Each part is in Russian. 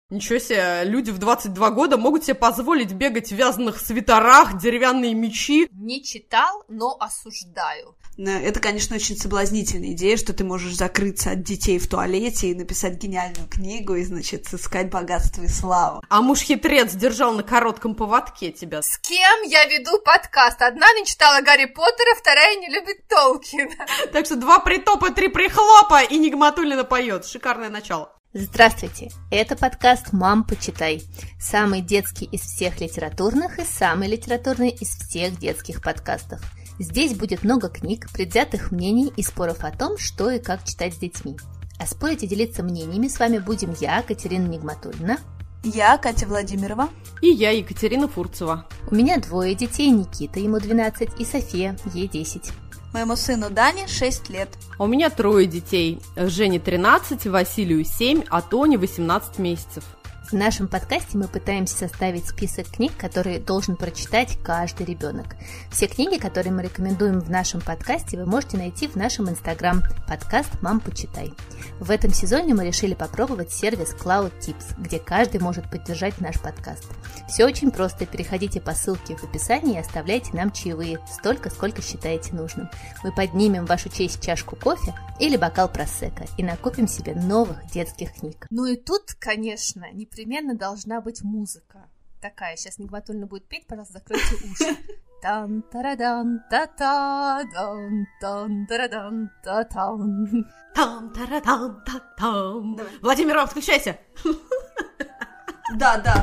Ничего себе, люди в 22 года могут себе позволить бегать в вязаных свитерах, деревянные мечи. Не читал, но осуждаю. Это, конечно, очень соблазнительная идея, что ты можешь закрыться от детей в туалете и написать гениальную книгу и, значит, сыскать богатство и славу. А муж-хитрец держал на коротком поводке тебя. С кем я веду подкаст? Одна не читала Гарри Поттера, вторая не любит Толкина. Так что 2 притопа, 3 прихлопа, и Нигматуллина поет. Шикарное начало. Здравствуйте! Это подкаст «Мам, почитай». Самый детский из всех литературных и самый литературный из всех детских подкастов. Здесь будет много книг, предвзятых мнений и споров о том, что и как читать с детьми. А спорить и делиться мнениями с вами будем я, Катерина Нигматуллина. Я, Катя Владимирова. И я, Екатерина Фурцева. У меня 2 детей, Никита, ему 12, и София, ей 10. Моему сыну Дане 6 лет. А у меня 3 детей. Жене 13, Василию 7, а Тоне 18 месяцев. В нашем подкасте мы пытаемся составить список книг, которые должен прочитать каждый ребенок. Все книги, которые мы рекомендуем в нашем подкасте, вы можете найти в нашем инстаграм подкаст «Мам, почитай». В этом сезоне мы решили попробовать сервис Cloud Tips, где каждый может поддержать наш подкаст. Все очень просто. Переходите по ссылке в описании и оставляйте нам чаевые столько, сколько считаете нужным. Мы поднимем в вашу честь чашку кофе или бокал просекко и накупим себе новых детских книг. Ну и тут, конечно, непременно должна быть музыка. Такая, сейчас Нигматуллина будет петь, пожалуйста, закройте уши. Там-тарадан-та-та-дан, там-тарадан-та-тан. Там-тарадан-та-там. Владимир, включайся. Да.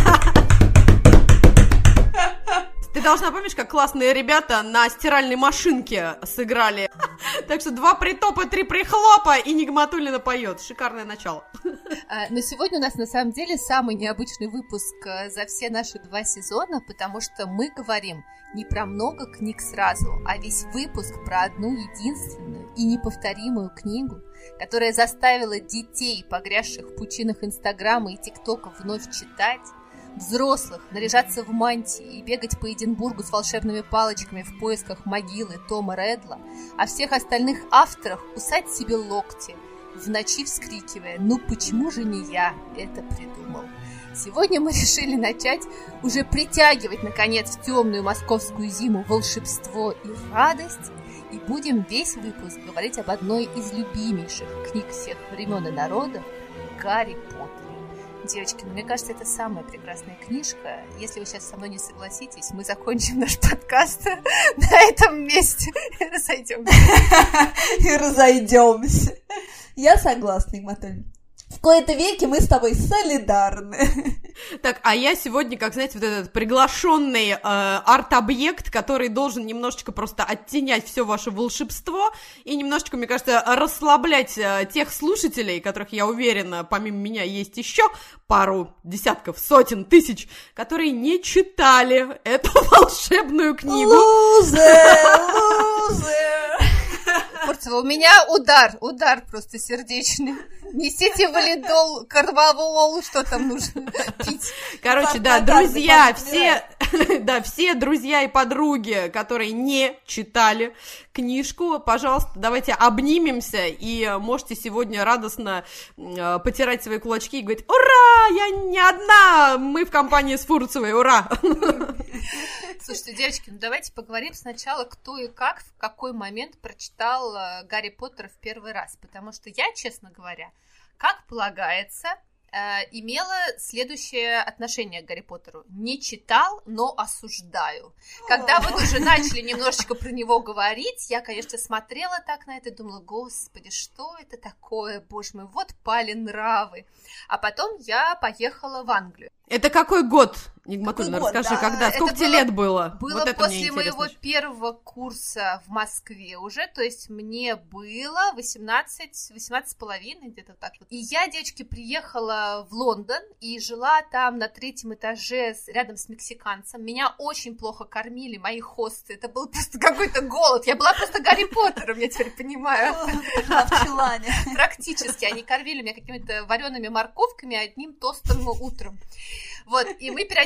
Ты должна, помнишь, как классные ребята на стиральной машинке сыграли. Так что 2 притопа, 3 прихлопа, и Нигматуллина поет. Шикарное начало. Но сегодня у нас на самом деле самый необычный выпуск за все наши 2 сезона, потому что мы говорим не про много книг сразу, а весь выпуск про одну единственную и неповторимую книгу, которая заставила детей, погрязших в пучинах Инстаграма и ТикТока, вновь читать, взрослых наряжаться в мантии и бегать по Эдинбургу с волшебными палочками в поисках могилы Тома Реддла, а всех остальных авторов кусать себе локти, в ночи вскрикивая: «Ну почему же не я это придумал?» Сегодня мы решили начать уже притягивать, наконец, в темную московскую зиму волшебство и радость, и будем весь выпуск говорить об одной из любимейших книг всех времен и народов – Гарри Поттере. Девочки, мне кажется, это самая прекрасная книжка. Если вы сейчас со мной не согласитесь, мы закончим наш подкаст на этом месте и разойдемся. Я согласна, Нигматуллина. В кои-то веки мы с тобой солидарны. Так, а я сегодня, как, знаете, вот этот приглашенный арт-объект, который должен немножечко просто оттенять все ваше волшебство и немножечко, мне кажется, расслаблять тех слушателей, которых, я уверена, помимо меня есть еще пару десятков, сотен, тысяч, которые не читали эту волшебную книгу. Лузер! Фурцева, у меня удар просто сердечный. Несите валидол, карвалол, что там нужно пить. Короче, да, друзья, все друзья и подруги, которые не читали книжку, пожалуйста, давайте обнимемся, и можете сегодня радостно потирать свои кулачки и говорить: ура, я не одна, мы в компании с Фурцевой, ура! Слушайте, девочки, ну давайте поговорим сначала, кто и как, в какой момент прочитал Гарри Поттера в первый раз, потому что я, честно говоря, как полагается, имела следующее отношение к Гарри Поттеру. Не читал, но осуждаю. Когда вот уже начали немножечко про него говорить, я, конечно, смотрела так на это и думала: господи, что это такое, боже мой, вот пали нравы. А потом я поехала в Англию. Это какой год, Нигматуллина, расскажи, да. Когда? Сколько тебе лет было? Было вот после моего первого курса в Москве уже, то есть мне было 18,5, где-то так вот. И я, девочки, приехала в Лондон и жила там на 3-м этаже рядом с мексиканцем. Меня очень плохо кормили мои хосты, это был просто какой-то голод. Я была просто Гарри Поттером, я теперь понимаю. В чулане. Практически. Они кормили меня какими-то вареными морковками одним тостом утром. Вот, и мы периодически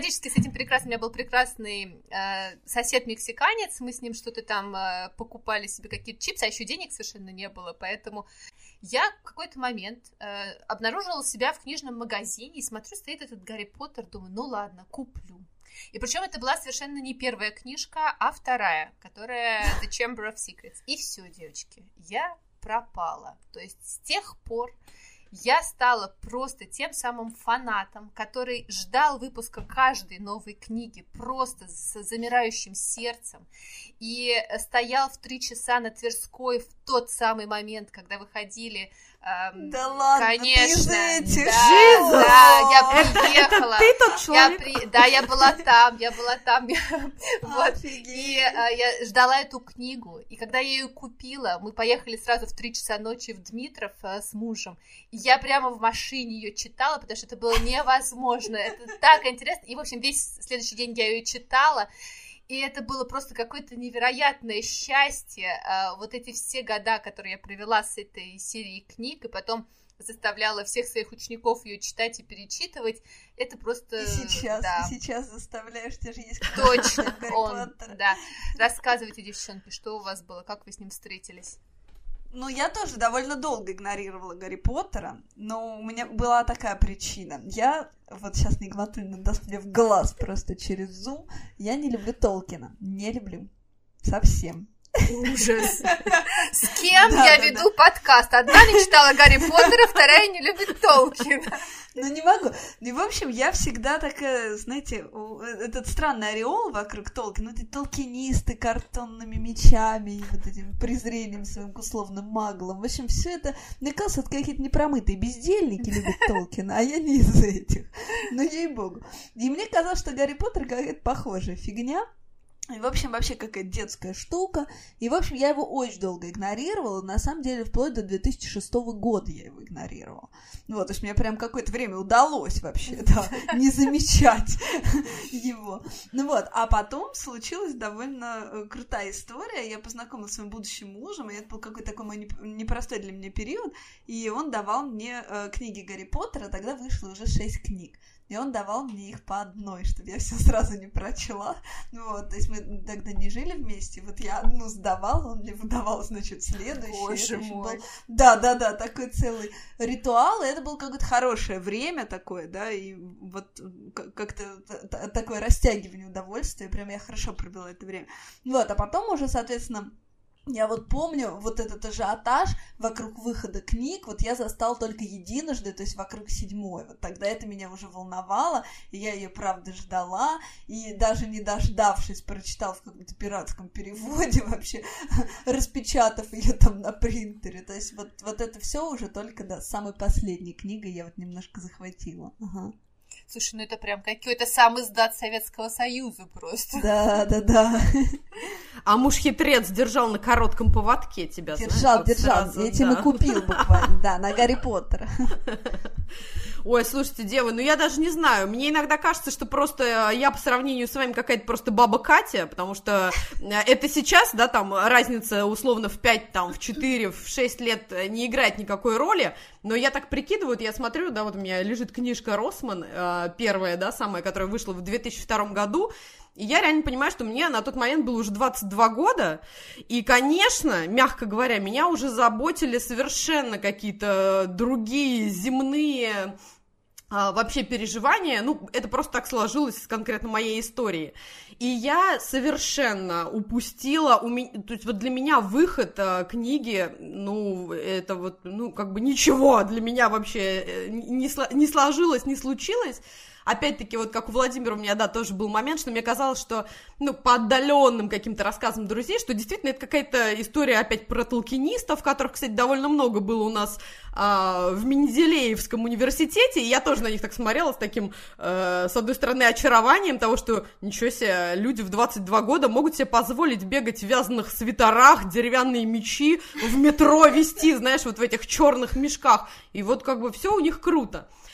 периодически с этим прекрасным, у меня был прекрасный сосед-мексиканец, мы с ним что-то там покупали себе какие-то чипсы, а еще денег совершенно не было, поэтому я в какой-то момент обнаружила себя в книжном магазине и смотрю, стоит этот Гарри Поттер, думаю, ну ладно, куплю. И причем это была совершенно не первая книжка, а вторая, которая The Chamber of Secrets. И все, девочки, я пропала. То есть с тех пор я стала просто тем самым фанатом, который ждал выпуска каждой новой книги просто с замирающим сердцем и стоял в 3 часа на Тверской в тот самый момент, когда выходили... Да ладно, конечно, ты из этих. да, я приехала. Это ты тот человек? Да, я была там. Вот. И я ждала эту книгу. И когда я ее купила, мы поехали сразу в 3 часа ночи в Дмитров с мужем. И я прямо в машине ее читала, потому что это было невозможно. Это так интересно. И, в общем, весь следующий день я ее читала. И это было просто какое-то невероятное счастье, вот эти все года, которые я провела с этой серией книг, и потом заставляла всех своих учеников ее читать и перечитывать, это просто... И сейчас заставляешь, тебе же есть... Точно, да. Рассказывайте, девчонки, что у вас было, как вы с ним встретились? Ну, я тоже довольно долго игнорировала Гарри Поттера, но у меня была такая причина. Я, вот сейчас Нигматульна даст мне в глаз просто через Zoom, я не люблю Толкина. Не люблю. Совсем. Ужас. С кем я веду подкаст? Одна мечтала Гарри Поттера, вторая не любит Толкина. Ну, не могу. И, в общем, я всегда такая, знаете, этот странный ореол вокруг Толкина, эти толкинисты картонными мечами и вот этим презрением своим к условным маглам. В общем, все это, мне кажется, это какие-то непромытые бездельники любят Толкина, а я не из этих. Ну, ей-богу. И мне казалось, что Гарри Поттер какая-то похожая фигня. И, в общем, вообще какая-то детская штука. И, в общем, я его очень долго игнорировала. На самом деле, вплоть до 2006 года я его игнорировала. Вот, то есть мне прям какое-то время удалось вообще, да, не замечать его. Ну вот, а потом случилась довольно крутая история. Я познакомилась с своим будущим мужем, и это был какой-то такой мой непростой для меня период. И он давал мне книги Гарри Поттера, тогда вышло уже 6 книг. И он давал мне их по одной, чтобы я все сразу не прочла. Вот, то есть мы тогда не жили вместе. Вот я одну сдавала, он мне выдавал, значит, следующую. Боже мой. Да, такой целый ритуал. И это было какое-то хорошее время такое, да, и вот как-то такое растягивание удовольствия. Прям я хорошо провела это время. Вот, а потом уже, соответственно... Я вот помню вот этот ажиотаж вокруг выхода книг, вот я застала только единожды, то есть вокруг 7-й. Вот тогда это меня уже волновало, и я ее, правда, ждала, и даже не дождавшись, прочитала в каком-то пиратском переводе вообще, распечатав ее там на принтере. То есть вот это все уже только, да, с самой последней книгой я вот немножко захватила. Ага. Слушай, ну это прям какой-то сам издат Советского Союза просто. Да. А муж-хитрец держал на коротком поводке тебя, держал. Сразу, я этим и купил буквально, да, на Гарри Поттера. Ой, слушайте, девы, ну я даже не знаю, мне иногда кажется, что просто я по сравнению с вами какая-то просто баба Катя, потому что это сейчас, да, там разница условно в 5, там, в 4, в 6 лет не играет никакой роли, но я так прикидываю, я смотрю, да, вот у меня лежит книжка Россман, первая, да, самая, которая вышла в 2002 году, и я реально понимаю, что мне на тот момент было уже 22 года, и, конечно, мягко говоря, меня уже заботили совершенно какие-то другие земные вообще переживания, ну, это просто так сложилось с конкретно моей историей. И я совершенно упустила, то есть вот для меня выход книги, ну, это вот, ну, как бы ничего для меня вообще не сложилось, не случилось. Опять-таки, вот как у Владимира у меня, да, тоже был момент, что мне казалось, что, ну, по отдаленным каким-то рассказам друзей, что действительно это какая-то история опять про толкинистов, которых, кстати, довольно много было у нас в Менделеевском университете, и я тоже на них так смотрела с таким, с одной стороны, очарованием того, что, ничего себе, люди в 22 года могут себе позволить бегать в вязаных свитерах, деревянные мечи, в метро везти, знаешь, вот в этих черных мешках, и вот как бы все у них круто.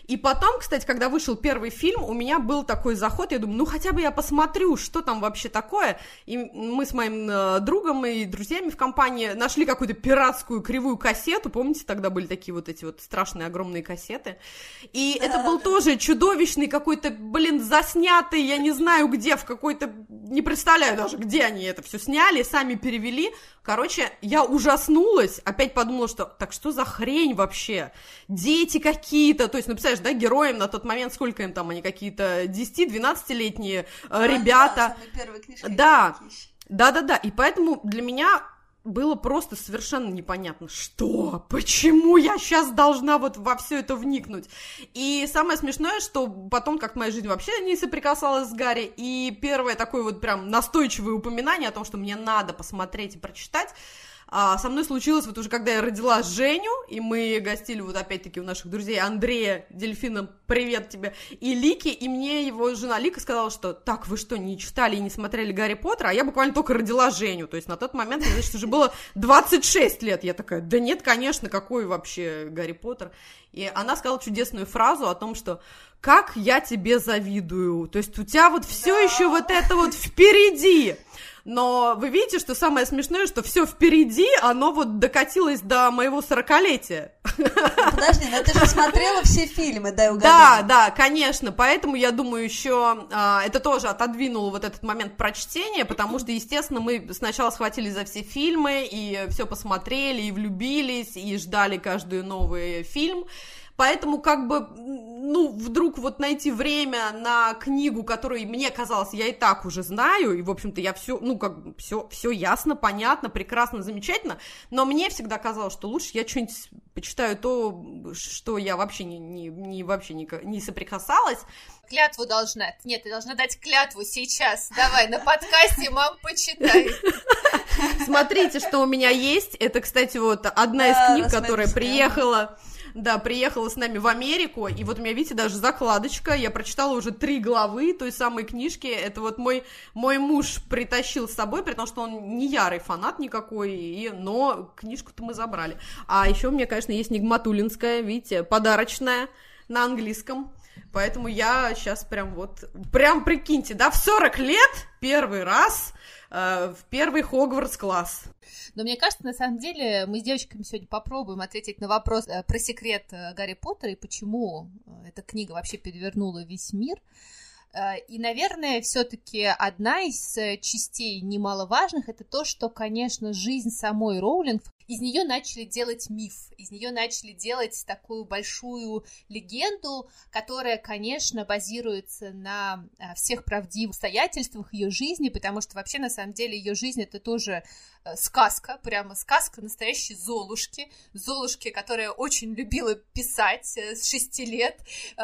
И потом, кстати, когда вышел первый фильм, у меня был такой заход, я думаю, ну хотя бы я посмотрю, что там вообще такое. И мы с моим другом и друзьями в компании нашли какую-то пиратскую кривую кассету, помните, тогда были такие вот эти вот страшные огромные кассеты. И это был тоже чудовищный какой-то, заснятый, я не знаю где, в какой-то, не представляю даже, где они это все сняли, сами перевели. Короче, я ужаснулась, опять подумала, что так что за хрень вообще? Дети какие-то, то есть, представляешь, да, героям на тот момент, сколько им там, они какие-то 10-12-летние ребята. Да, и поэтому для меня было просто совершенно непонятно, что, почему я сейчас должна вот во все это вникнуть. И самое смешное, что потом как моя жизнь вообще не соприкасалась с Гарри, и первое такое вот прям настойчивое упоминание о том, что мне надо посмотреть и прочитать, со мной случилось вот уже, когда я родила Женю, и мы гостили вот опять-таки у наших друзей Андрея, Дельфина, привет тебе, и Лики, и мне его жена Лика сказала, что так, вы что, не читали и не смотрели Гарри Поттера? А я буквально только родила Женю, то есть на тот момент, значит, уже было 26 лет. Я такая, да нет, конечно, какой вообще Гарри Поттер? И она сказала чудесную фразу о том, что как я тебе завидую, то есть у тебя вот все еще вот это вот впереди. Но вы видите, что самое смешное, что все впереди, оно вот докатилось до моего 40-летия. Подожди, но ты же смотрела все фильмы, дай угадаю. Да, конечно, поэтому я думаю, еще это тоже отодвинуло вот этот момент прочтения, потому что, естественно, мы сначала схватились за все фильмы, и все посмотрели, и влюбились, и ждали каждый новый фильм. Поэтому как бы, вдруг вот найти время на книгу, которую, мне казалось, я и так уже знаю, и, в общем-то, я все, все ясно, понятно, прекрасно, замечательно, но мне всегда казалось, что лучше я что-нибудь почитаю то, что я вообще не соприкасалась. Клятву должна. Нет, ты должна дать клятву сейчас. Давай, на подкасте, мам, почитай. Смотрите, что у меня есть. Это, кстати, вот одна из книг, которая приехала с нами в Америку, и вот у меня, видите, даже закладочка, я прочитала уже 3 главы той самой книжки, это вот мой муж притащил с собой, при том, что он не ярый фанат никакой, но книжку-то мы забрали. А еще у меня, конечно, есть Нигматуллинская, видите, подарочная на английском, поэтому я сейчас прям прикиньте, да, в 40 лет первый раз в первый Хогвартс-класс. Но мне кажется, на самом деле, мы с девочками сегодня попробуем ответить на вопрос про секрет Гарри Поттера и почему эта книга вообще перевернула весь мир. И, наверное, все-таки одна из частей немаловажных — это то, что, конечно, жизнь самой Роулинг, из нее начали делать миф, из нее начали делать такую большую легенду, которая, конечно, базируется на всех правдивых обстоятельствах ее жизни, потому что вообще, на самом деле, ее жизнь — это тоже сказка, прямо сказка настоящей Золушки, которая очень любила писать с 6 лет,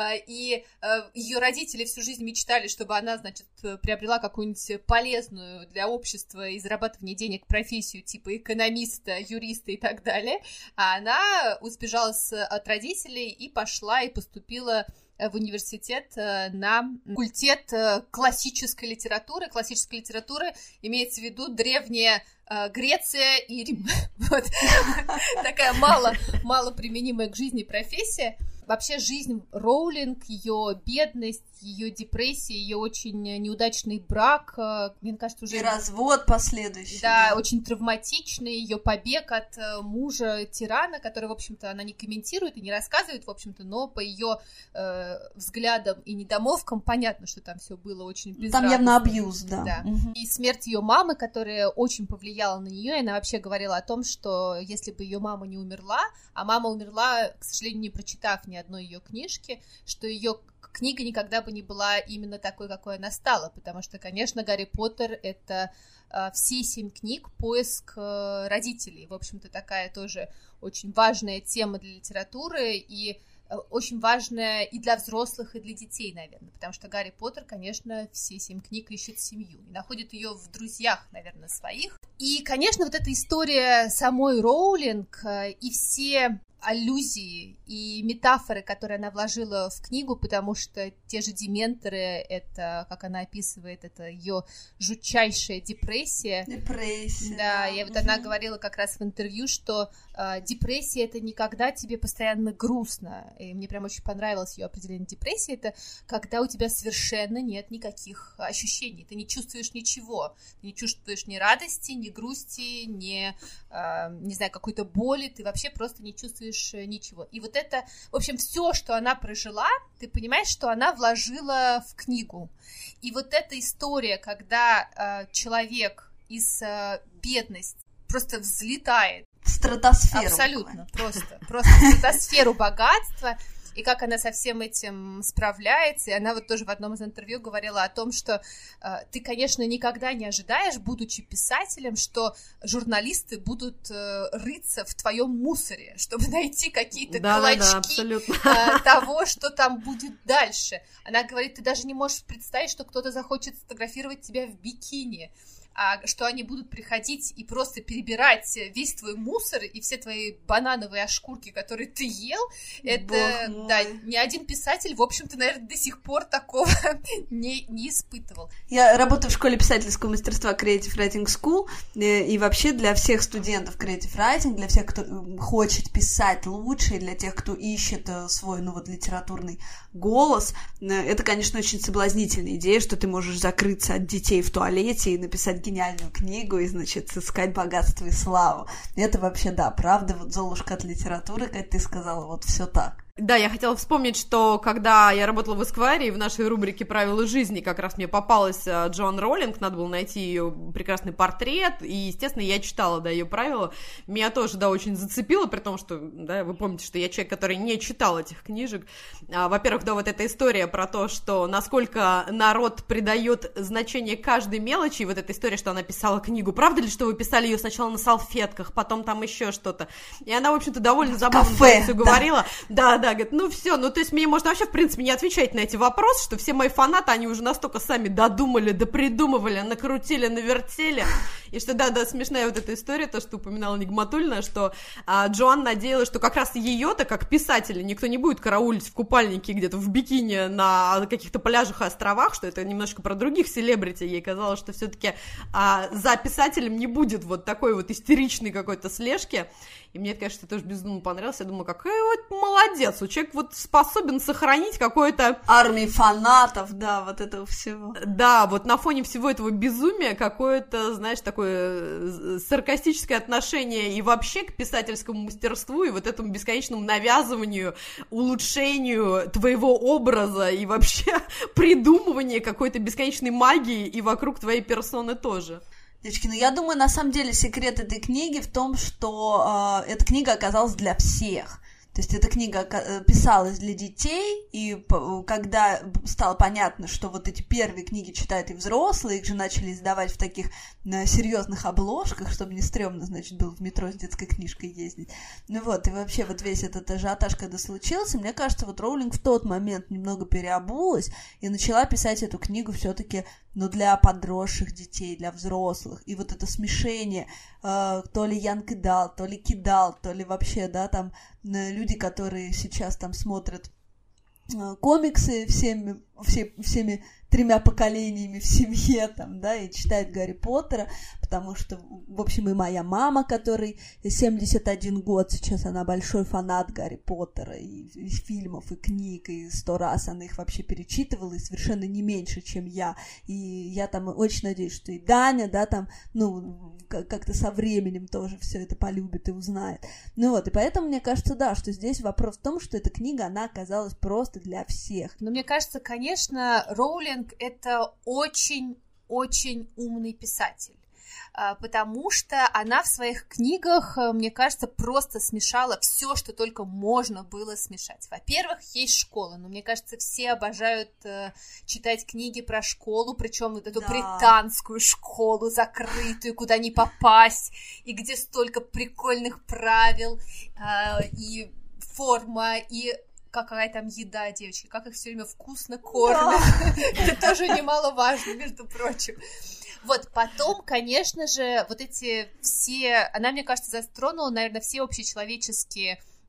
и ее родители всю жизнь мечтали, чтобы она, значит, приобрела какую-нибудь полезную для общества и зарабатывания денег профессию типа экономиста, юриста и так далее, а она сбежала от родителей и пошла и поступила в университет на факультет классической литературы. Классическая литература имеется в виду древняя Греция и Рим. Вот. Такая мало применимая к жизни профессия. Вообще жизнь Роулинг, ее бедность, ее депрессия, ее очень неудачный брак, мне кажется, уже... И развод последующий. Да, очень травматичный, ее побег от мужа-тирана, который, в общем-то, она не комментирует и не рассказывает, в общем-то, но по ее взглядам и недомолвкам понятно, что там все было очень безрадостно. Там явно абьюз, да. Угу. И смерть ее мамы, которая очень повлияла на нее, и она вообще говорила о том, что если бы ее мама не умерла, а мама умерла, к сожалению, не прочитав ни одной ее книжки, что ее книга никогда бы не была именно такой, какой она стала, потому что, конечно, Гарри Поттер — это все 7 книг поиск родителей. В общем-то, такая тоже очень важная тема для литературы и очень важная и для взрослых, и для детей, наверное, потому что Гарри Поттер, конечно, все 7 книг ищет семью и находит ее в друзьях, наверное, своих. И, конечно, вот эта история самой Роулинг и все аллюзии и метафоры, которые она вложила в книгу, потому что те же дементоры, это, как она описывает, это ее жутчайшая депрессия. Депрессия. Да, и вот она говорила как раз в интервью, что депрессия — это не когда тебе постоянно грустно. И мне прям очень понравилось ее определение депрессии. Это когда у тебя совершенно нет никаких ощущений. Ты не чувствуешь ничего. Ты не чувствуешь ни радости, ни грусти, ни, не знаю, какой-то боли. Ты вообще просто не чувствуешь ничего. И вот это, в общем, все, что она прожила, ты понимаешь, что она вложила в книгу. И вот эта история, когда человек из бедности просто взлетает в стратосферу. Абсолютно, просто в стратосферу богатства, и как она со всем этим справляется. И она вот тоже в одном из интервью говорила о том, что ты, конечно, никогда не ожидаешь, будучи писателем, что журналисты будут рыться в твоем мусоре, чтобы найти какие-то клочки того, что там будет дальше. Она говорит, ты даже не можешь представить, что кто-то захочет сфотографировать тебя в бикини, а что они будут приходить и просто перебирать весь твой мусор и все твои банановые ошкурки, которые ты ел. Это, да, ни один писатель, в общем-то, наверное, до сих пор такого не испытывал. Я работаю в школе писательского мастерства Creative Writing School, и вообще для всех студентов Creative Writing, для всех, кто хочет писать лучше, и для тех, кто ищет свой, литературный голос, это, конечно, очень соблазнительная идея, что ты можешь закрыться от детей в туалете и написать гениальную книгу и, искать богатство и славу. Это вообще, да, правда, вот Золушка от литературы, как ты сказала, вот все так. Да, я хотела вспомнить, что когда я работала в Esquire, в нашей рубрике «Правила жизни» как раз мне попалась Джоан Роулинг, надо было найти ее прекрасный портрет, и, естественно, я читала, да, ее правила. Меня тоже, да, очень зацепило, при том, что, да, вы помните, что я человек, который не читал этих книжек. Во-первых, да, вот эта история про то, что насколько народ придает значение каждой мелочи, и вот эта история, что она писала книгу. Правда ли, что вы писали ее сначала на салфетках, потом там еще что-то? И она, в общем-то, довольно забавно все говорила. Да, говорит, все, то есть мне можно вообще, в принципе, не отвечать на эти вопросы, что все мои фанаты, они уже настолько сами додумали, допридумывали, накрутили, навертели, и что, да, смешная вот эта история, то, что упоминала Нигматульна, что Джоан надеялась, что как раз ее-то, как писателя, никто не будет караулить в купальнике где-то в бикини на каких-то пляжах и островах, что это немножко про других селебрити, ей казалось, что все-таки за писателем не будет вот такой вот истеричной какой-то слежки, и мне это, конечно, тоже безумно понравилось, я думаю, какой вот молодец, человек вот способен сохранить какое-то... Армии фанатов, да, вот этого всего. Да, вот на фоне всего этого безумия какое-то, знаешь, такое саркастическое отношение и вообще к писательскому мастерству, и вот этому бесконечному навязыванию, улучшению твоего образа и вообще придумыванию какой-то бесконечной магии и вокруг твоей персоны тоже. Девочки, я думаю, на самом деле секрет этой книги в том, что эта книга оказалась для всех. То есть эта книга писалась для детей, и когда стало понятно, что вот эти первые книги читают и взрослые, их же начали издавать в таких серьезных обложках, чтобы не стрёмно, было в метро с детской книжкой ездить. И вообще вот весь этот ажиотаж, когда случился, мне кажется, вот Роулинг в тот момент немного переобулась и начала писать эту книгу все-таки, для подросших детей, для взрослых. И вот это смешение, то ли Янг Кидал, то ли Кидал, то ли вообще, да, там люди, которые сейчас там смотрят комиксы всеми 3 поколениями в семье, там, да, и читает Гарри Поттера, потому что, в общем, и моя мама, которой 71 год, сейчас она большой фанат Гарри Поттера, и фильмов, и книг, и 100 раз она их вообще перечитывала, и совершенно не меньше, чем я, и я там очень надеюсь, что и Даня, да, там, как-то со временем тоже все это полюбит и узнает. И поэтому мне кажется, да, что здесь вопрос в том, что эта книга, она оказалась просто для всех. Но мне кажется, конечно, Роулинг — это очень-очень умный писатель, потому что она в своих книгах, мне кажется, просто смешала все, что только можно было смешать. Во-первых, есть школа, но мне кажется, все обожают читать книги про школу, причем вот эту британскую школу закрытую, куда не попасть, и где столько прикольных правил, и форма, и какая там еда, девочки, как их все время вкусно кормят. Это тоже немаловажно, между прочим. Потом, конечно же, вот эти все... Она, мне кажется, затронула, наверное, все общечеловеческие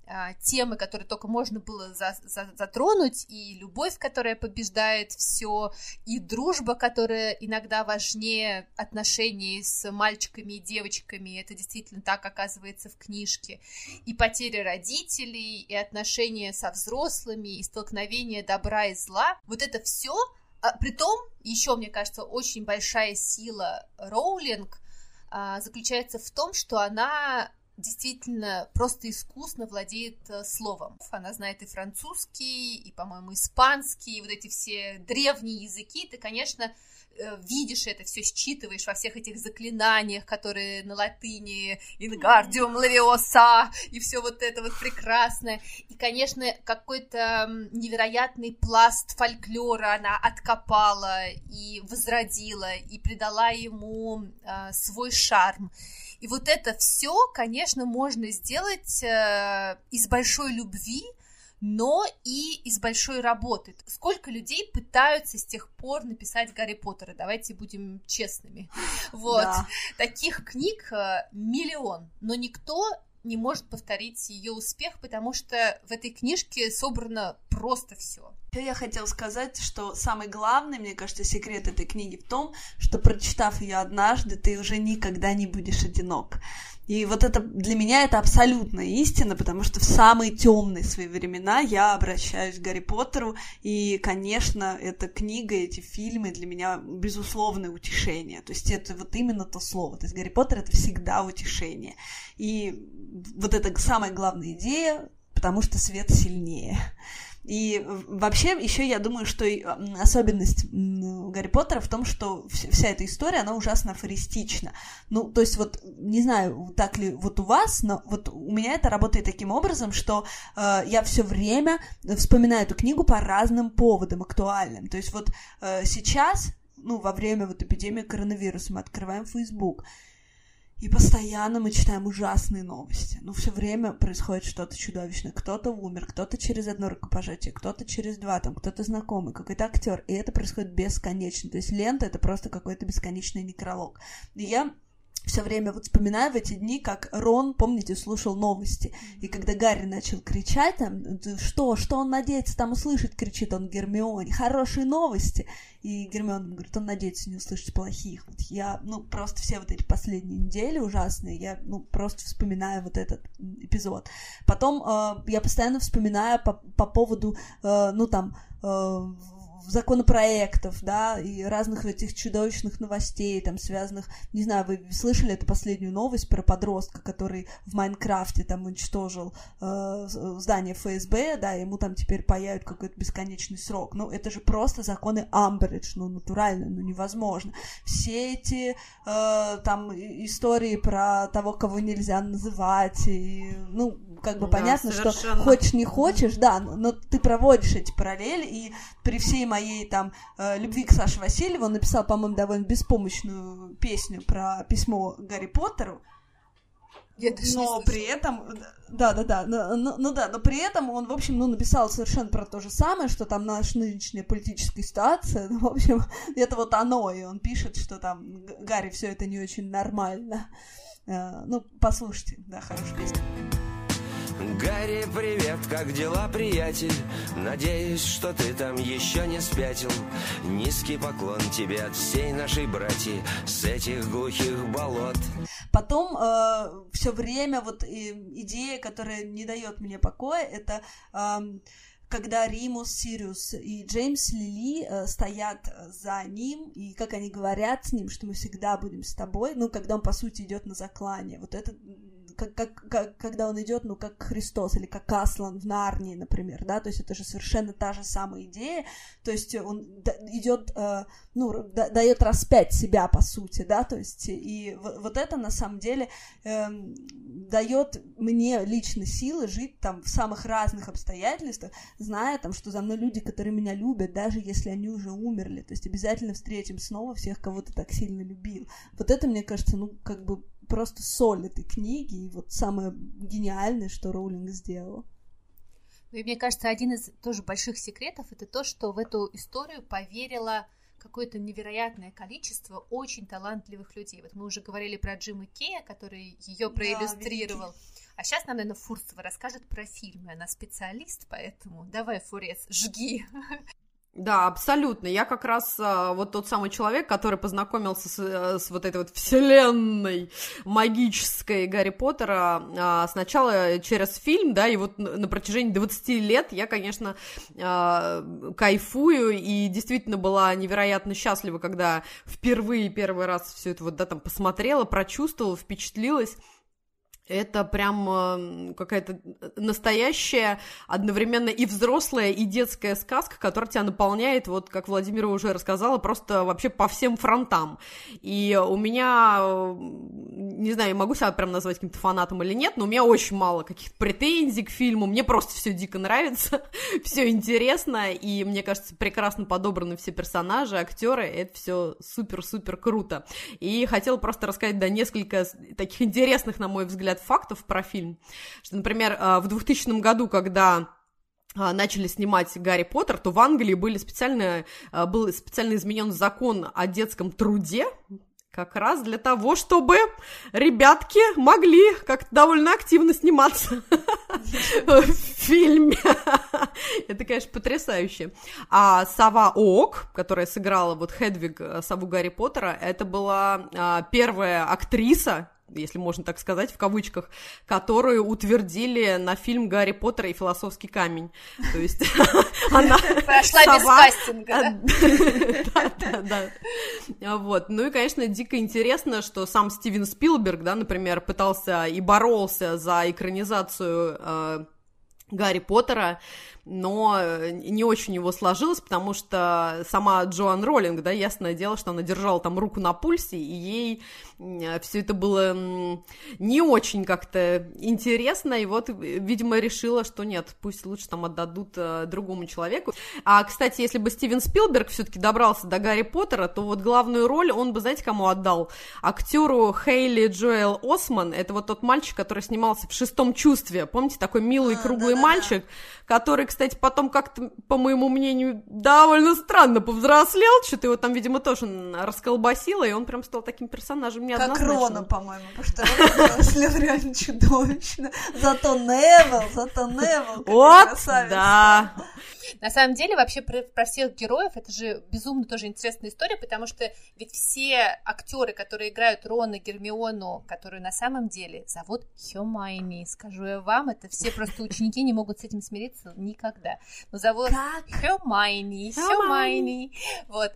темы, которые только можно было затронуть, и любовь, которая побеждает все, и дружба, которая иногда важнее отношений с мальчиками и девочками, это действительно так оказывается в книжке, и потеря родителей, и отношения со взрослыми, и столкновение добра и зла, вот это все. Притом, еще, мне кажется, очень большая сила Роулинг заключается в том, что она действительно просто искусно владеет словом. Она знает и французский, и, по-моему, испанский, и вот эти все древние языки. Ты, конечно, видишь это все, считываешь во всех этих заклинаниях, которые на латыни «Ingardium Leviosa», и все вот это вот прекрасное. И, конечно, какой-то невероятный пласт фольклора она откопала и возродила, и придала ему свой шарм. И вот это все, конечно, можно сделать из большой любви, но и из большой работы. Сколько людей пытаются с тех пор написать Гарри Поттера, давайте будем честными. Вот. Да. Таких книг миллион, но никто не может повторить ее успех, потому что в этой книжке собрано просто все. Я хотела сказать, что самый главный, мне кажется, секрет этой книги в том, что, прочитав ее однажды, ты уже никогда не будешь одинок. И вот это для меня это абсолютная истина, потому что в самые темные свои времена я обращаюсь к Гарри Поттеру, и, конечно, эта книга, эти фильмы для меня безусловное утешение. То есть это вот именно то слово. То есть Гарри Поттер — это всегда утешение. И вот это самая главная идея, потому что свет сильнее. И вообще, еще я думаю, что особенность Гарри Поттера в том, что вся эта история, она ужасно афористична. Ну, то есть вот, не знаю, так ли вот у вас, но вот у меня это работает таким образом, что я все время вспоминаю эту книгу по разным поводам актуальным. То есть вот сейчас, ну, во время вот эпидемии коронавируса мы открываем Facebook, и постоянно мы читаем ужасные новости. Ну, все время происходит что-то чудовищное. Кто-то умер, кто-то через одно рукопожатие, кто-то через два, там, кто-то знакомый, какой-то актер. И это происходит бесконечно. То есть лента — это просто какой-то бесконечный некролог. И я все время вот вспоминаю в эти дни, как Рон, помните, слушал новости. И когда Гарри начал кричать, там, что он надеется там услышать, кричит он Гермионе, хорошие новости. И Гермиона говорит, он надеется не услышать плохих. Вот я, просто все вот эти последние недели ужасные, я, просто вспоминаю вот этот эпизод. Потом я постоянно вспоминаю по поводу, законопроектов, да, и разных этих чудовищных новостей, там, связанных, не знаю, вы слышали эту последнюю новость про подростка, который в Майнкрафте там уничтожил здание ФСБ, да, ему там теперь паяют какой-то бесконечный срок. Ну, это же просто законы Амбридж, натурально, невозможно. Все эти там истории про того, кого нельзя называть, и, понятно, совершенно. Что хочешь, не хочешь, да, но ты проводишь эти параллели, и при всей моей там любви к Саше Васильеву он написал, по-моему, довольно беспомощную песню про письмо Гарри Поттеру, но при этом, но при этом он, в общем, написал совершенно про то же самое, что там наша нынешняя политическая ситуация, в общем, это вот оно, и он пишет, что там Гарри все это не очень нормально. Послушайте, да, хорошая песня. Гарри, привет, как дела, приятель? Надеюсь, что ты там еще не спятил. Низкий поклон тебе от всей нашей братьи с этих глухих болот. Потом все время вот идея, которая не дает мне покоя, это когда Римус, Сириус и Джеймс Лили стоят за ним, и как они говорят с ним, что мы всегда будем с тобой, когда он, по сути, идет на заклание. Вот это когда он идет, как Христос или как Аслан в Нарнии, например, да, то есть это же совершенно та же самая идея, то есть он идет, дает распять себя, по сути, да, то есть и вот это на самом деле дает мне лично силы жить там в самых разных обстоятельствах, зная там, что за мной люди, которые меня любят, даже если они уже умерли, то есть обязательно встретим снова всех, кого ты так сильно любил. Вот это, мне кажется, просто соль этой книги, и вот самое гениальное, что Роулинг сделала. И мне кажется, один из тоже больших секретов — это то, что в эту историю поверила какое-то невероятное количество очень талантливых людей. Вот мы уже говорили про Джима Кея, который ее проиллюстрировал. А сейчас нам, наверное, Фурцева расскажет про фильмы. Она специалист, поэтому давай, Фурец, жги. Да, абсолютно. Я как раз вот тот самый человек, который познакомился с вот этой вот вселенной магической Гарри Поттера сначала через фильм, да, и вот на протяжении 20 лет я, конечно, кайфую и действительно была невероятно счастлива, когда впервые первый раз все это вот, да, там посмотрела, прочувствовала, впечатлилась. Это прям какая-то настоящая, одновременно и взрослая, и детская сказка, которая тебя наполняет, вот как Владимира уже рассказала, просто вообще по всем фронтам. И у меня, не знаю, могу себя прям назвать каким-то фанатом или нет, но у меня очень мало каких-то претензий к фильму, мне просто все дико нравится, все интересно, и мне кажется, прекрасно подобраны все персонажи, актеры, это все супер-супер круто. И хотела просто рассказать, да, несколько таких интересных, на мой взгляд, фактов про фильм, что, например, в 2000 году, когда начали снимать Гарри Поттер, то в Англии был специально изменен закон о детском труде, как раз для того, чтобы ребятки могли как-то довольно активно сниматься в фильме. Это, конечно, потрясающе. А Сова О'ок, которая сыграла вот Хедвиг, сову Гарри Поттера, это была первая актриса, если можно так сказать, в кавычках, которую утвердили на фильм «Гарри Поттер и философский камень». То есть она... Прошла без кастинга, да? Вот. Ну и, конечно, дико интересно, что сам Стивен Спилберг, да, например, пытался и боролся за экранизацию Гарри Поттера, но не очень у него сложилось, потому что сама Джоан Роллинг, да, ясное дело, что она держала там руку на пульсе, и ей все это было не очень как-то интересно, и вот, видимо, решила, что нет, пусть лучше там отдадут другому человеку. А, кстати, если бы Стивен Спилберг все-таки добрался до Гарри Поттера, то вот главную роль он бы, знаете, кому отдал? Актеру Хейли Джоэл Осман, это вот тот мальчик, который снимался в «Шестом чувстве», помните, такой милый круглый мальчик, который, кстати, потом как-то, по моему мнению, довольно странно повзрослел, что-то его там, видимо, тоже расколбасило, и он прям стал таким персонажем неоднозначным. Как Рона, по-моему, потому что Рона повзрослел реально чудовищно. Зато Невил, вот, да. На самом деле, вообще, про всех героев это же безумно тоже интересная история, потому что ведь все актеры, которые играют Рона, Гермиону, которую на самом деле зовут Хермайони, скажу я вам, это все просто ученики не могут с этим смириться никогда. Но зовут Хермайони. Вот.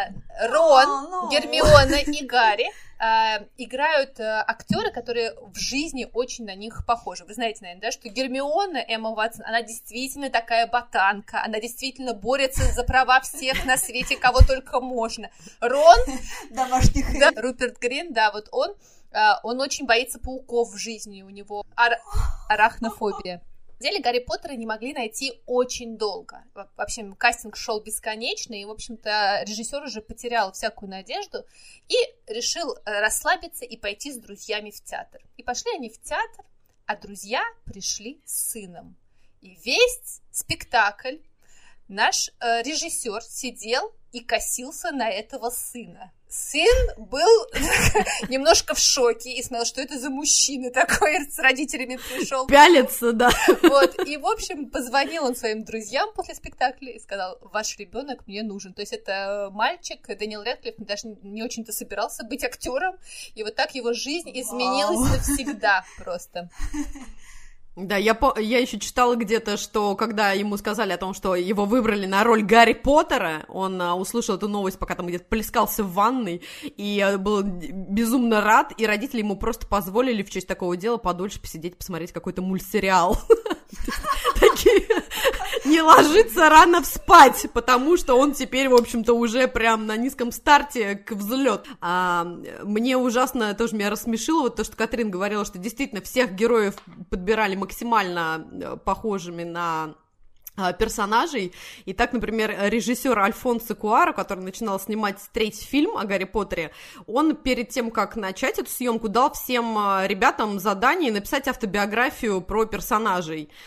Рон, Гермиона и Гарри играют актеры, которые в жизни очень на них похожи. Вы знаете, наверное, да, что Гермиона, Эмма Уотсон, она действительно такая ботанка, она действительно борется за права всех на свете, кого только можно. Рон, домашний да, Руперт Грин, да, вот он очень боится пауков в жизни, у него арахнофобия. На деле Гарри Поттера не могли найти очень долго. Вообще, кастинг шел бесконечно, и, в общем-то, режиссер уже потерял всякую надежду и решил расслабиться и пойти с друзьями в театр. И пошли они в театр, а друзья пришли с сыном. И весь спектакль наш режиссер сидел и косился на этого сына. Сын был немножко в шоке и смотрел, что это за мужчина такой, с родителями пришел. Пялится, да. Вот, и, в общем, позвонил он своим друзьям после спектакля и сказал: ваш ребенок мне нужен. То есть это мальчик, Дэниел Рэдклифф, даже не очень-то собирался быть актером, и вот так его жизнь изменилась навсегда просто. Да, я еще читала где-то, что когда ему сказали о том, что его выбрали на роль Гарри Поттера, он услышал эту новость, пока там где-то плескался в ванной, и был безумно рад, и родители ему просто позволили в честь такого дела подольше посидеть, посмотреть какой-то мультсериал. Такие, не ложиться рано спать, потому что он теперь, в общем-то, уже прям на низком старте к взлету. Мне ужасно тоже меня рассмешило вот то, что Катрин говорила, что действительно всех героев подбирали максимально похожими на персонажей. И так, например, режиссер Альфонсо Куаро, который начинал снимать третий фильм о Гарри Поттере, он перед тем, как начать эту съемку, дал всем ребятам задание написать автобиографию про персонажей.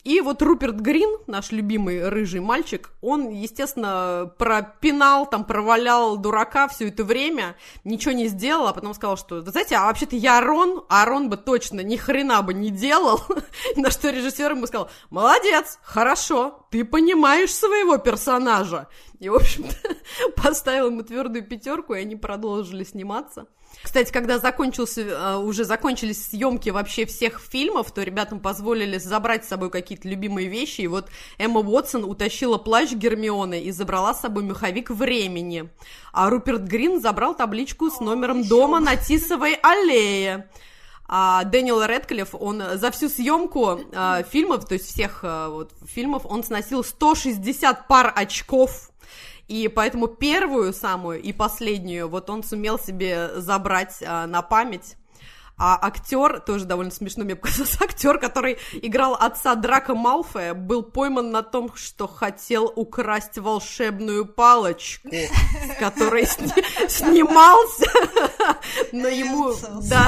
И вот Руперт Грин, наш любимый рыжий мальчик, он, естественно, пропинал, там, провалял дурака все это время, ничего не сделал, а потом сказал, что, вы знаете, а вообще-то я Рон, а Рон бы точно ни хрена бы не делал, на что режиссер ему сказал: молодец, хорошо, ты понимаешь своего персонажа. И, в общем-то, поставил ему твердую 5, и они продолжили сниматься. Кстати, когда уже закончились съемки вообще всех фильмов, то ребятам позволили забрать с собой какие-то любимые вещи, и вот Эмма Уотсон утащила плащ Гермионы и забрала с собой меховик времени, а Руперт Грин забрал табличку с номером дома на Тисовой аллее. А Дэниел Рэдклифф, он за всю съемку фильмов, то есть всех фильмов, он сносил 160 пар очков. И поэтому первую самую и последнюю вот он сумел себе забрать на память. А актер, тоже довольно смешно мне показался, актер, который играл отца Драко Малфоя, был пойман на том, что хотел украсть волшебную палочку, с которой снимался, но ему, да,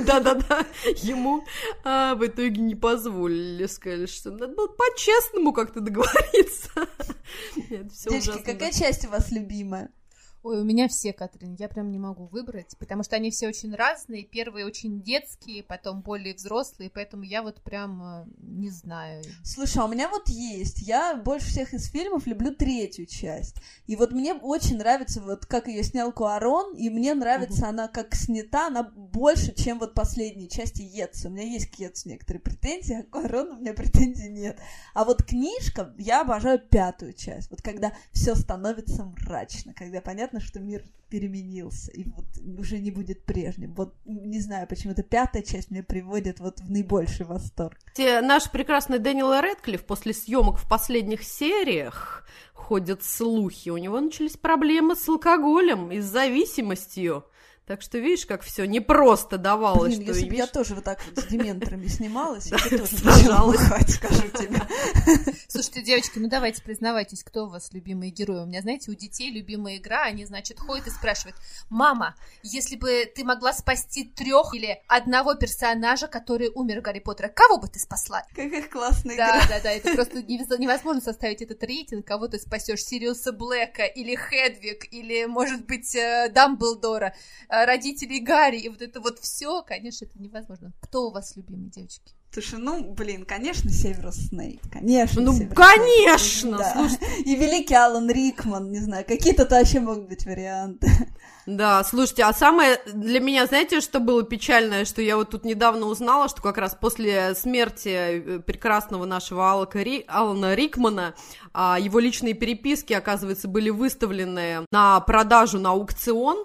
ему в итоге не позволили, сказали, что надо было по-честному как-то договориться. Девочки, какая часть у вас любимая? Ой, у меня все, Катрин, я прям не могу выбрать, потому что они все очень разные. Первые очень детские, потом более взрослые, поэтому я вот прям не знаю. Слушай, а у меня вот есть, я больше всех из фильмов люблю 3-ю часть. И вот мне очень нравится, вот как ее снял Куарон, и мне нравится она как снята, она больше, чем вот последние части Йетса. У меня есть к Йетсу некоторые претензии, а к Куарону у меня претензий нет. А вот книжка, я обожаю 5-ю часть, вот когда все становится мрачно, когда понятно, что мир переменился, и вот уже не будет прежним. Вот не знаю, почему-то 5-я часть меня приводит вот в наибольший восторг. Наш прекрасный Дэниел Рэдклифф после съемок в последних сериях, ходят слухи, у него начались проблемы с алкоголем и с зависимостью. Так что, видишь, как все непросто давалось. Блин, если бы я тоже вот так вот с дементорами снималась, я бы тоже сражалась, скажу тебе. Слушайте, девочки, ну давайте признавайтесь, кто у вас любимые герои. У меня, знаете, у детей любимая игра, они, значит, ходят и спрашивают: мама, если бы ты могла спасти 3 или 1 персонажа, который умер в Гарри Поттере, кого бы ты спасла? Какая классная игра. Да, это просто невозможно составить этот рейтинг, кого ты спасешь, Сириуса Блэка, или Хедвиг, или, может быть, Дамблдора, родителей Гарри, и вот это вот все, конечно, это невозможно. Кто у вас любимый, девочки? Слушай, конечно, Северус Снейп, конечно. Конечно! Да. Слушайте. И великий Алан Рикман, не знаю, какие-то вообще могут быть варианты. Да, слушайте, а самое для меня, знаете, что было печальное, что я вот тут недавно узнала, что как раз после смерти прекрасного нашего Алана Рикмана его личные переписки, оказывается, были выставлены на продажу на аукцион,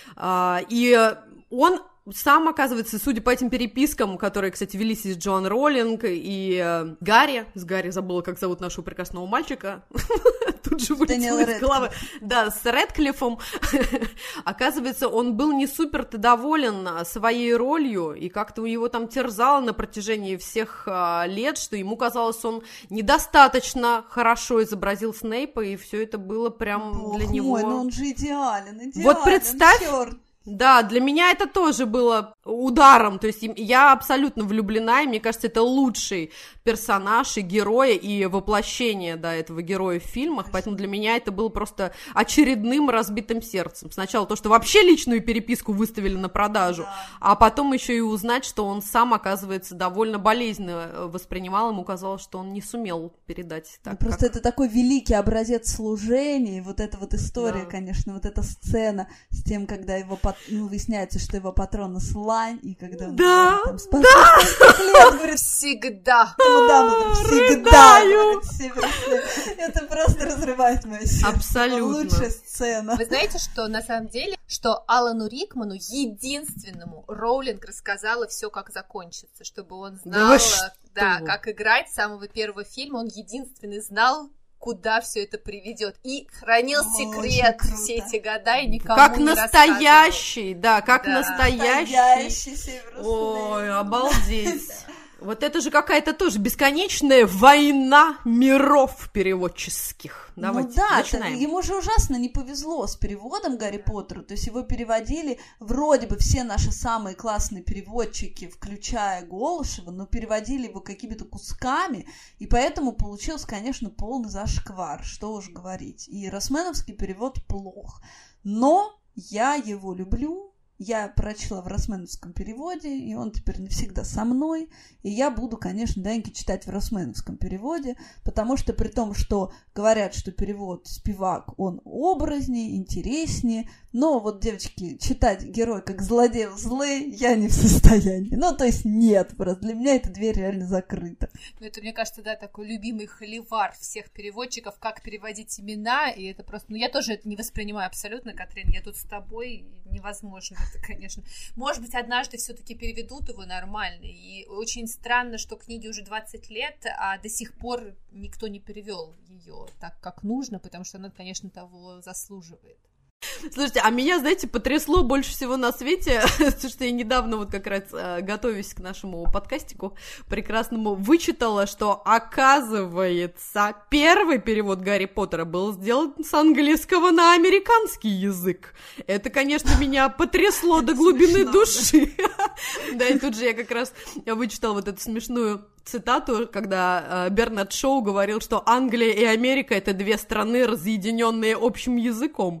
и он сам, оказывается, судя по этим перепискам, которые, кстати, велись из Джоан Роулинг и Гарри, с Гарри забыла, как зовут нашего прекрасного мальчика, тут же вылетело из головы, да, с Рэдклиффом, оказывается, он был не супер-то доволен своей ролью, и как-то его там терзало на протяжении всех лет, что ему казалось, он недостаточно хорошо изобразил Снейпа, и все это было прям для него... Ой, ну он же идеален, вот представь... черт. Да, для меня это тоже было ударом, то есть я абсолютно влюблена, и мне кажется, это лучший персонаж и герой, и воплощение, да, этого героя в фильмах, поэтому для меня это было просто очередным разбитым сердцем. Сначала то, что вообще личную переписку выставили на продажу, а потом еще и узнать, что он сам, оказывается, довольно болезненно воспринимал, ему казалось, что он не сумел передать так. Просто это такой великий образец служения, вот эта вот история, да. Конечно, вот эта сцена с тем, когда его выясняется, что его патрона слань, и когда он там говорит, всегда. Всегда. Это просто разрывает мое сердце. Абсолютно. Лучшая сцена. Вы знаете, что на самом деле, что Алану Рикману, единственному, Роулинг рассказала все, как закончится, чтобы он знал, как играть с самого первого фильма, он единственный знал, куда все это приведет, и хранил секрет все эти года, и никому как не настоящий, да, как настоящий Ой, обалдеть. Вот это же какая-то тоже бесконечная война миров переводческих. Давайте начинаем. Ему же ужасно не повезло с переводом Гарри Поттера, то есть его переводили вроде бы все наши самые классные переводчики, включая Голышева, но переводили его какими-то кусками, и поэтому получился, конечно, полный зашквар, что уж говорить. И россменовский перевод плох, но я его люблю. Я прочла в россменовском переводе, и он теперь навсегда со мной. И я буду, конечно, Даньки читать в россменовском переводе, потому что при том, что говорят, что перевод Спивак, он образнее, интереснее, но вот, девочки, читать герой как злодей злый я не в состоянии. Ну, то есть нет, просто для меня эта дверь реально закрыта. Ну, это, мне кажется, да, такой любимый холивар всех переводчиков, как переводить имена, и это просто... Ну, я тоже это не воспринимаю абсолютно, Катрин, я тут с тобой, невозможно это, конечно. Может быть, однажды все-таки переведут его нормально, и очень странно, что книге уже 20 лет, а до сих пор никто не перевел ее так, как нужно, потому что она, конечно, того заслуживает. Слушайте, а меня, знаете, потрясло больше всего на свете, потому что я недавно вот как раз, готовясь к нашему подкастику прекрасному, вычитала, что, оказывается, первый перевод Гарри Поттера был сделан с английского на американский язык. Это, конечно, меня потрясло до глубины души. Да, и тут же я как раз вычитала вот эту смешную цитату, когда Бернард Шоу говорил, что Англия и Америка — это две страны, разъединенные общим языком.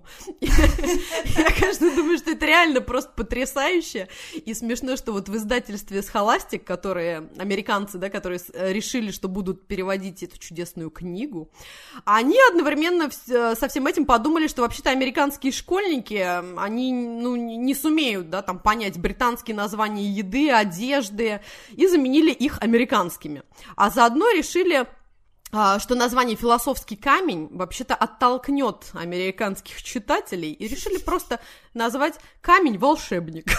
Я, конечно, думаю, что это реально просто потрясающе. И смешно, что вот в издательстве Scholastic, которые американцы, да, которые решили, что будут переводить эту чудесную книгу, они одновременно со всем этим подумали, что вообще-то американские школьники, они, ну, не сумеют, да, там, понять британские названия еды, одежды, и заменили их американскими. А заодно решили, что название «Философский камень» вообще-то оттолкнет американских читателей, и решили просто назвать «Камень-волшебник».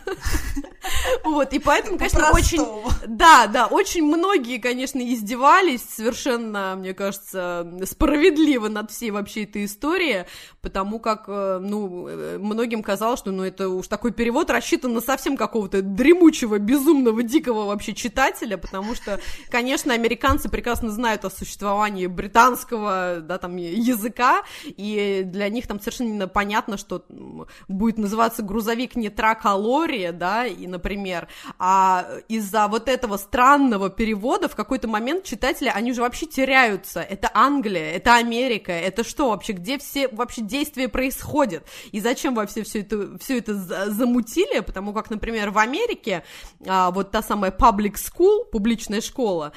Вот, и поэтому, конечно, очень... Да, очень многие, конечно, издевались совершенно, мне кажется, справедливо над всей вообще этой историей, потому как, ну, многим казалось, что, ну, это уж такой перевод рассчитан на совсем какого-то дремучего, безумного, дикого вообще читателя, потому что, конечно, американцы прекрасно знают о существовании британского, да, там, языка, и для них там совершенно понятно, что будет называться грузовик не трак, а лори, да, и, например, а из-за вот этого странного перевода в какой-то момент читатели, они уже вообще теряются. Это Англия, это Америка, это что вообще, где все вообще действия происходят, и зачем вообще все это замутили, потому как, например, в Америке вот та самая public school, публичная школа,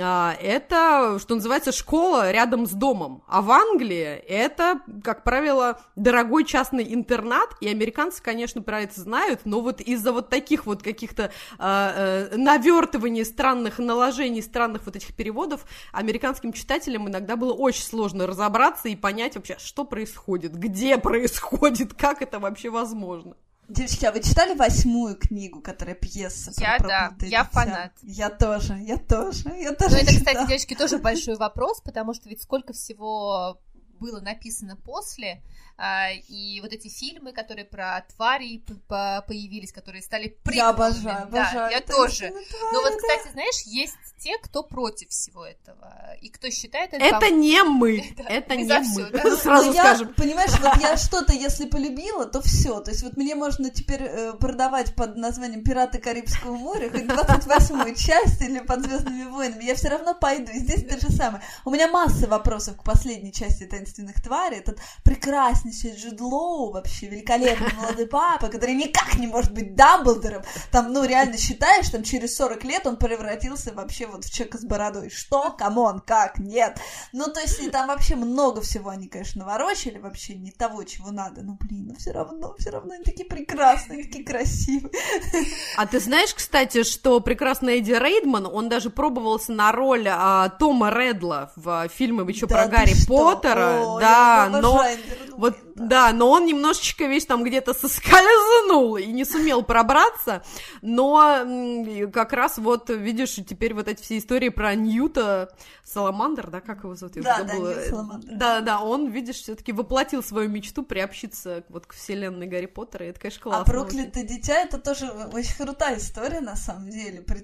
это, что называется, школа рядом с домом, а в Англии это, как правило, дорогой частный интернат, и американцы, конечно, про это знают, но вот из-за вот таких вот каких-то навертываний странных наложений, странных вот этих переводов, американским читателям иногда было очень сложно разобраться и понять вообще, что происходит, где происходит, как это вообще возможно. Девочки, а вы читали 8-ю книгу, которая пьеса? Я фанат. Я тоже. Но это, кстати, девочки, тоже большой вопрос, потому что ведь сколько всего было написано после, и вот эти фильмы, которые про тварей появились, которые стали приквелами. Я обожаю. Да, я тоже. Но вот, кстати, знаешь, есть те, кто против всего этого, и кто считает это... Это не мы, это не мы, сразу скажем. Понимаешь, вот я что-то, если полюбила, то все. То есть вот мне можно теперь продавать под названием «Пираты Карибского моря», хоть 28-ю часть или «Под звездными войнами», я все равно пойду. И здесь то же самое. У меня масса вопросов к последней части «Таинственных тварей». Этот прекраснейший Джуд Лоу, вообще великолепный молодой папа, который никак не может быть Дамблдором. Там, ну, реально считаешь, там через 40 лет он превратился вообще вот в человека с бородой. Что? Камон, как? Нет. Ну, то есть, и там вообще много всего они, конечно, наворочили, вообще не того, чего надо. Но, блин, все равно они такие прекрасные, такие красивые. А ты знаешь, кстати, что прекрасный Эдди Рейдман, он даже пробовался на роль Тома Редла в фильме «Вы что, про Гарри Поттера?» О, да, но вот, да, но он немножечко, видишь, там где-то соскользнул и не сумел пробраться, но как раз вот, видишь, теперь вот эти все истории про Ньюта Саламандр, да, как его зовут? Да, Ньют Саламандр. Да, он, видишь, все-таки воплотил свою мечту приобщиться вот к вселенной Гарри Поттера, и это, конечно, классно. А «Проклятое дитя» — это тоже очень крутая история, на самом деле, при том, что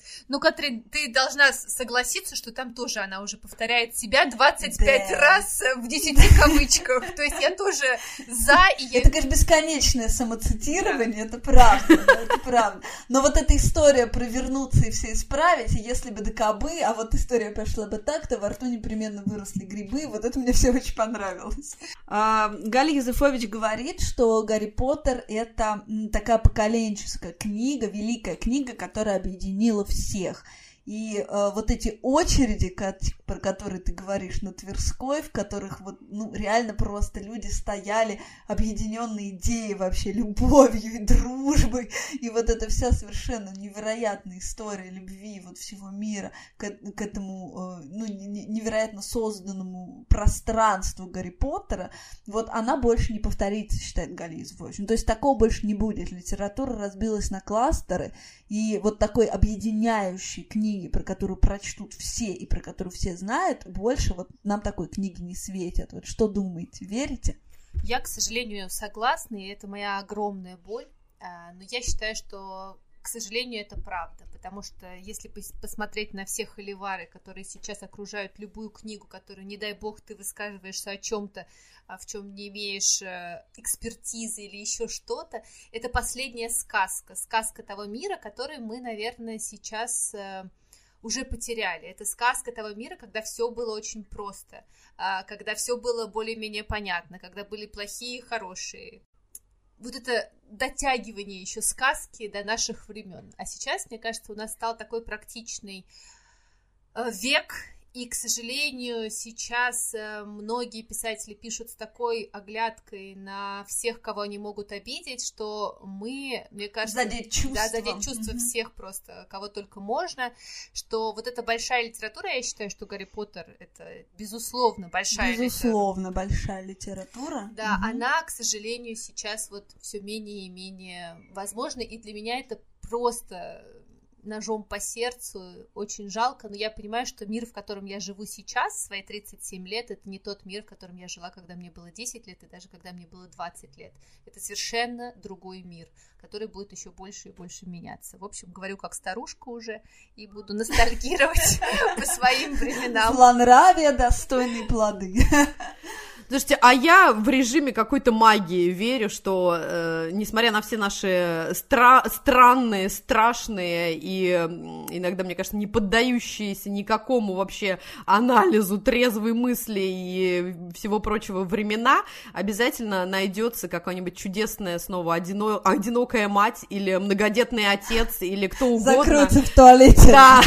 Ну, Катрин, ты должна согласиться, что там тоже она уже повторяет себя 25 раз в 10 кавычках. То есть я тоже за... Это, конечно, бесконечное самоцитирование, это правда, это правда. Но вот эта история про вернуться и все исправить, и если бы до кобы, а вот история пошла бы так, то во рту непременно выросли грибы, вот это мне все очень понравилось. Галя Юзефович говорит, что «Гарри Поттер» — это такая поколенческая книга, великая книга, которая объединила всех. И вот эти очереди, про которые ты говоришь, на Тверской, в которых вот, ну, реально просто люди стояли, объединенные идеей вообще, любовью и дружбой, и вот эта вся совершенно невероятная история любви вот всего мира к этому, ну, невероятно созданному пространству Гарри Поттера, вот она больше не повторится, считает Галя Юзефович. Ну, то есть такого больше не будет. Литература разбилась на кластеры, и вот такой объединяющей книги, про которую прочтут все и про которую все знают, больше вот нам такой книги не светят. Вот что думаете, верите? Я, к сожалению, согласна, и это моя огромная боль, но я считаю, что, к сожалению, это правда, потому что если посмотреть на все холивары, которые сейчас окружают любую книгу, которую, не дай бог, ты высказываешься о чем-то, в чем не имеешь экспертизы или еще что-то, это последняя сказка того мира, который мы, наверное, сейчас уже потеряли. Это сказка того мира, когда все было очень просто, когда все было более-менее понятно, когда были плохие и хорошие. Вот это дотягивание еще сказки до наших времен. А сейчас, мне кажется, у нас стал такой практичный век, и, к сожалению, сейчас многие писатели пишут с такой оглядкой на всех, кого они могут обидеть, что мы, мне кажется... Задеть чувства всех просто, кого только можно, что вот эта большая литература, я считаю, что Гарри Поттер — это, безусловно, большая литература. Да, она, к сожалению, сейчас вот все менее и менее возможна, и для меня это просто... ножом по сердцу, очень жалко, но я понимаю, что мир, в котором я живу сейчас, в свои 37 лет, это не тот мир, в котором я жила, когда мне было 10 лет, и даже когда мне было 20 лет. Это совершенно другой мир, который будет еще больше и больше меняться. В общем, говорю как старушка уже, и буду ностальгировать по своим временам. Злонравие, достойные плоды. Слушайте, а я в режиме какой-то магии верю, что, несмотря на все наши странные, страшные и иногда, мне кажется, не поддающиеся никакому вообще анализу трезвой мысли и всего прочего времена, обязательно найдется какая-нибудь чудесная снова одинокая мать или многодетный отец или кто угодно. Закроется в туалете.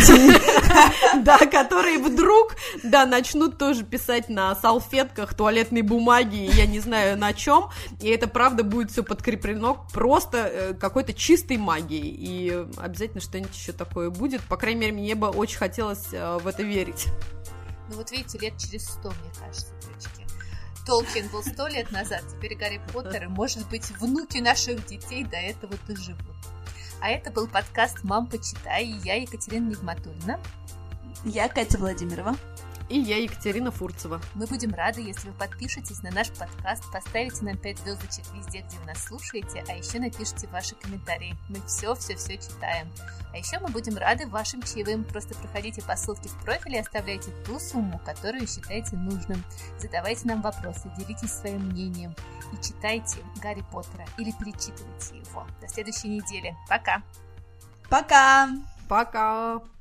Да, которые вдруг, начнут тоже писать на салфетках туалетной бумаги, я не знаю на чем, и это правда будет все подкреплено просто какой-то чистой магией, и обязательно что-нибудь еще такое будет, по крайней мере, мне бы очень хотелось в это верить. Ну вот видите, лет через 100, мне кажется, девочки. Толкин был 100 лет назад, теперь Гарри Поттер, и, может быть, внуки наших детей до этого доживут. А это был подкаст «Мам, почитай», и я Екатерина Нигматульна. Я Катя Владимирова. И я Екатерина Фурцева. Мы будем рады, если вы подпишетесь на наш подкаст, поставите нам 5 звездочек везде, где вы нас слушаете, а еще напишите ваши комментарии. Мы все читаем. А еще мы будем рады вашим чаевым. Просто проходите по ссылке в профиле и оставляйте ту сумму, которую считаете нужным. Задавайте нам вопросы, делитесь своим мнением и читайте Гарри Поттера или перечитывайте его. До следующей недели. Пока! Пока! Пока!